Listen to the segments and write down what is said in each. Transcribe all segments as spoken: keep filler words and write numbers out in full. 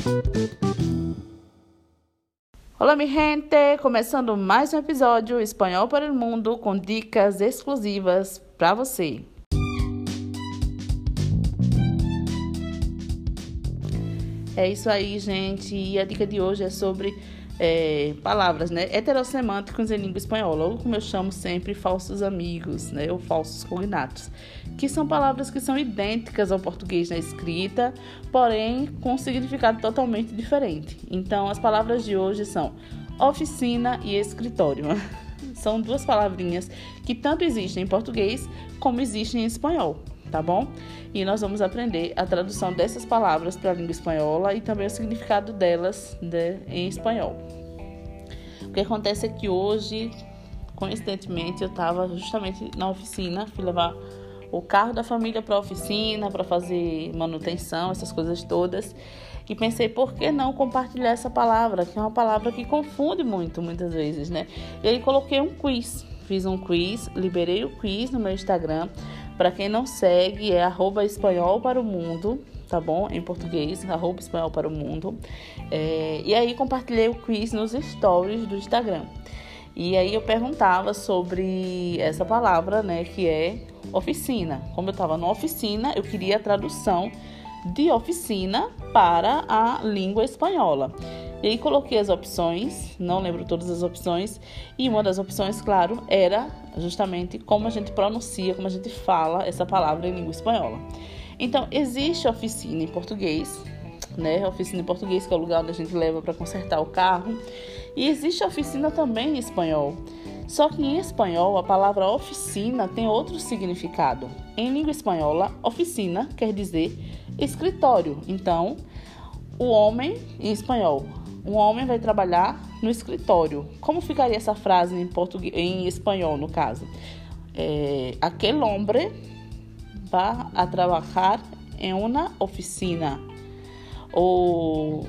Olá, mi gente! Começando mais um episódio Espanhol para o Mundo com dicas exclusivas para você. É isso aí, gente. E a dica de hoje é sobre é, palavras, né? Heterossemânticos em língua espanhola, ou como eu chamo sempre, falsos amigos, né? Ou falsos cognatos, que são palavras que são idênticas ao português na escrita, porém com um significado totalmente diferente. Então, as palavras de hoje são oficina e escritório. São duas palavrinhas que tanto existem em português como existem em espanhol, tá bom? E nós vamos aprender a tradução dessas palavras para a língua espanhola e também o significado delas, né, em espanhol. O que acontece é que hoje, coincidentemente, eu estava justamente na oficina, fui levar o carro da família para a oficina, para fazer manutenção, essas coisas todas. E pensei, por que não compartilhar essa palavra, que é uma palavra que confunde muito, muitas vezes, né? E aí coloquei um quiz, fiz um quiz, liberei o quiz no meu Instagram. Para quem não segue, é arroba espanhol para o mundo, tá bom? Em português, arroba espanhol para o mundo. É, e aí compartilhei o quiz nos stories do Instagram. E aí eu perguntava sobre essa palavra, né, que é oficina. Como eu estava na oficina, eu queria a tradução de oficina para a língua espanhola. E aí coloquei as opções, não lembro todas as opções, e uma das opções, claro, era justamente como a gente pronuncia, como a gente fala essa palavra em língua espanhola. Então, existe oficina em português, né? Oficina em português, que é o lugar onde a gente leva para consertar o carro. E existe oficina também em espanhol. Só que em espanhol, a palavra oficina tem outro significado. Em língua espanhola, oficina quer dizer escritório. Então, o homem, em espanhol, um homem vai trabalhar no escritório. Como ficaria essa frase em português, em espanhol, no caso? É, aquel hombre va a trabajar en una oficina. Ou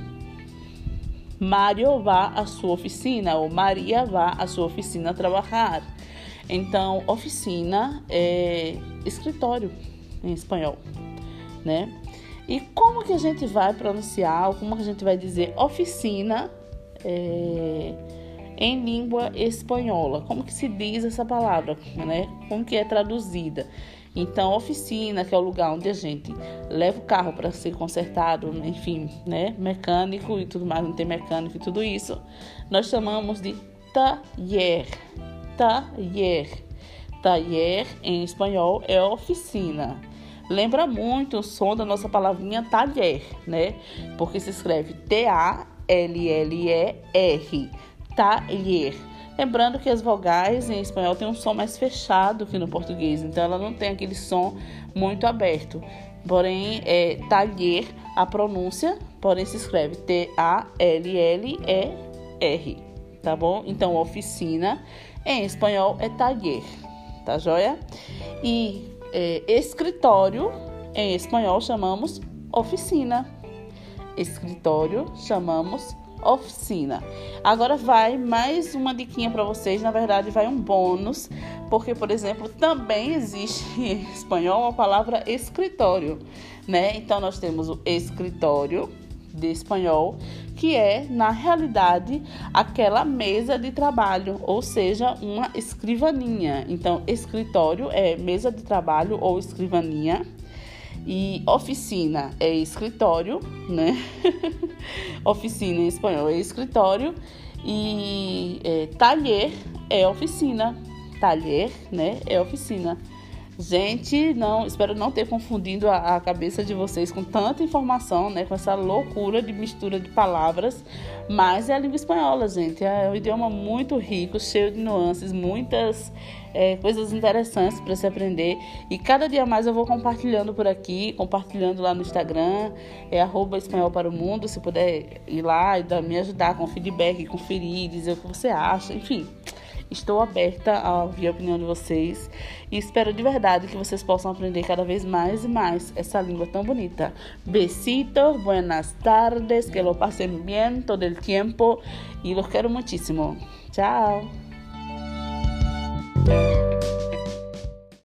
Mário va a sua oficina, ou Maria va a sua oficina trabalhar. Então, oficina é escritório em espanhol, né? E como que a gente vai pronunciar, ou como que a gente vai dizer oficina é, em língua espanhola? Como que se diz essa palavra, né? Como que é traduzida? Então, oficina, que é o lugar onde a gente leva o carro para ser consertado, enfim, né? Mecânico e tudo mais, não tem mecânico e tudo isso, nós chamamos de taller. Taller. Taller, em espanhol, é oficina. Lembra muito o som da nossa palavrinha talher, né? Porque se escreve T A L L E R. Talher. Lembrando que as vogais em espanhol têm um som mais fechado que no português, então ela não tem aquele som muito aberto. Porém, é talher, a pronúncia, porém se escreve T A L L E R, tá bom? Então, oficina em espanhol é talher, tá joia? E é, escritório em espanhol chamamos oficina. Escritório chamamos oficina. Agora vai mais uma diquinha para vocês, na verdade vai um bônus, porque, por exemplo, também existe em espanhol a palavra escritório, né? Então nós temos o escritório de espanhol, que é, na realidade, aquela mesa de trabalho, ou seja, uma escrivaninha. Então, escritório é mesa de trabalho ou escrivaninha. E oficina é escritório, né? Oficina em espanhol é escritório. E é, talher é oficina. Talher, né? É oficina. Gente, não, espero não ter confundido a, a cabeça de vocês com tanta informação, né? Com essa loucura de mistura de palavras. Mas é a língua espanhola, gente. É um idioma muito rico, cheio de nuances, muitas é, coisas interessantes para se aprender. E cada dia mais eu vou compartilhando por aqui, compartilhando lá no Instagram, é arroba espanhol para o mundo. Se puder ir lá e me ajudar com feedback, conferir, dizer o que você acha, enfim. Estou aberta a ouvir a opinião de vocês e espero de verdade que vocês possam aprender cada vez mais e mais essa língua tão bonita. Besitos, buenas tardes, que lo pasen bien todo el tiempo y los quiero muchísimo. Chao.